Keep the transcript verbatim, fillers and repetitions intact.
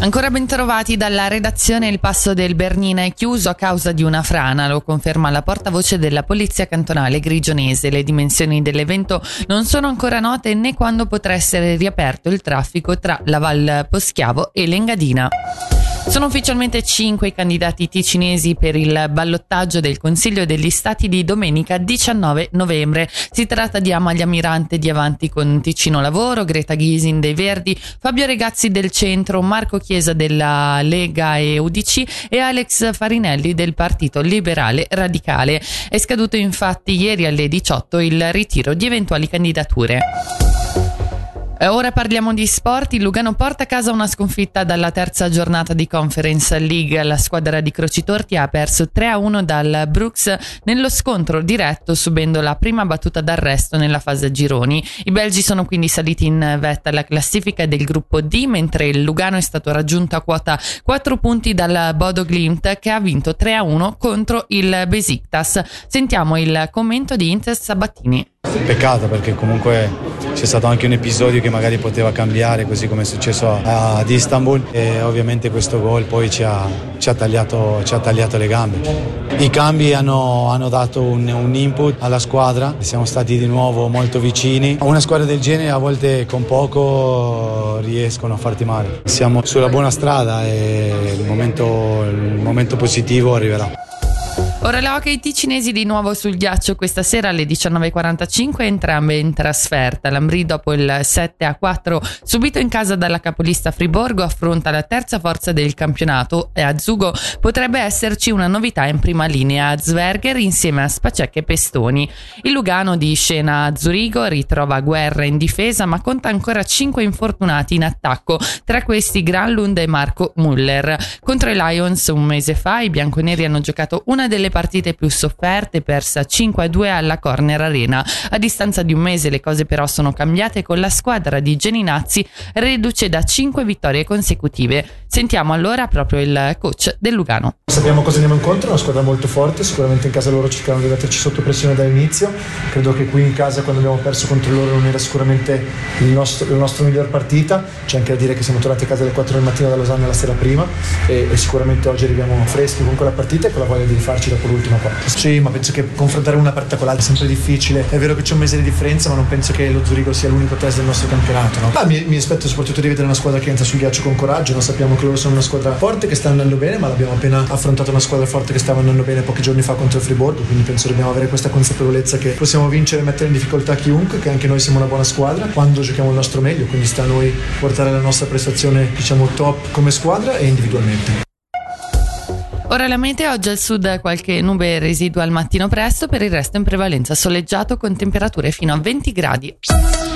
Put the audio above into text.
Ancora ben trovati dalla redazione. Il passo del Bernina è chiuso a causa di una frana, lo conferma la portavoce della Polizia Cantonale Grigionese. Le dimensioni dell'evento non sono ancora note né quando potrà essere riaperto il traffico tra la Val Poschiavo e l'Engadina. Sono ufficialmente cinque i candidati ticinesi per il ballottaggio del Consiglio degli Stati di domenica diciannove novembre. Si tratta di Amalia Mirante di Avanti con Ticino Lavoro, Greta Ghisin dei Verdi, Fabio Regazzi del Centro, Marco Chiesa della Lega e U D C e Alex Farinelli del Partito Liberale Radicale. È scaduto infatti ieri alle diciotto il ritiro di eventuali candidature. Ora parliamo di sport. Il Lugano porta a casa una sconfitta dalla terza giornata di Conference League. La squadra di Crocitorti ha perso tre a uno dal Brooks nello scontro diretto, subendo la prima battuta d'arresto nella fase a gironi. I belgi sono quindi saliti in vetta alla classifica del gruppo D, mentre il Lugano è stato raggiunto a quota quattro punti dal Bodo Glimt, che ha vinto tre a uno contro il Besiktas. Sentiamo il commento di Inter Sabattini. Peccato, perché comunque c'è stato anche un episodio che magari poteva cambiare, così come è successo ad Istanbul, e ovviamente questo gol poi ci ha, ci ha, tagliato, ci ha tagliato le gambe. I cambi hanno, hanno dato un, un input alla squadra, siamo stati di nuovo molto vicini. Una squadra del genere a volte con poco riescono a farti male. Siamo sulla buona strada e il momento, il momento positivo arriverà. Ora le hockey ticinesi di nuovo sul ghiaccio questa sera alle diciannove e quarantacinque, entrambe in trasferta. L'Ambrì, dopo il sette a quattro subito in casa dalla capolista Friborgo, affronta la terza forza del campionato e a Zugo potrebbe esserci una novità in prima linea: Zwerger insieme a Spacek e Pestoni. Il Lugano di scena a Zurigo ritrova Guerra in difesa, ma conta ancora cinque infortunati in attacco, tra questi Granlund e Marco Muller. Contro i Lions un mese fa i bianconeri hanno giocato una delle partite più sofferte, persa cinque a due alla Corner Arena. A distanza di un mese le cose però sono cambiate, con la squadra di Geninazzi reduce da cinque vittorie consecutive. Sentiamo allora proprio il coach del Lugano. Sappiamo cosa andiamo incontro, una squadra molto forte, sicuramente in casa loro cercavano di metterci sotto pressione dall'inizio. Credo che qui in casa, quando abbiamo perso contro loro, non era sicuramente il nostro, la nostra miglior partita. C'è anche da dire che siamo tornati a casa alle quattro del mattino da Losanna la sera prima e, e sicuramente oggi arriviamo freschi con quella partita e con la voglia di rifarci dopo l'ultima parte. Sì, ma penso che confrontare una partita con l'altra è sempre difficile. È vero che c'è un mese di differenza, ma non penso che lo Zurigo sia l'unico test del nostro campionato, no? Ah, mi, mi aspetto soprattutto di vedere una squadra che entra sul ghiaccio con coraggio. Noi sappiamo che loro sono una squadra forte che sta andando bene, ma l'abbiamo appena affrontato una squadra forte che stava andando bene pochi giorni fa contro il Friborgo, quindi penso dobbiamo avere questa consapevolezza che possiamo vincere e mettere in difficoltà chiunque, che anche noi siamo una buona squadra quando giochiamo il nostro meglio, quindi sta a noi portare la nostra prestazione, diciamo, top come squadra e individualmente. Ora la meteo: oggi al sud qualche nube residua al mattino presto, per il resto in prevalenza soleggiato con temperature fino a venti gradi.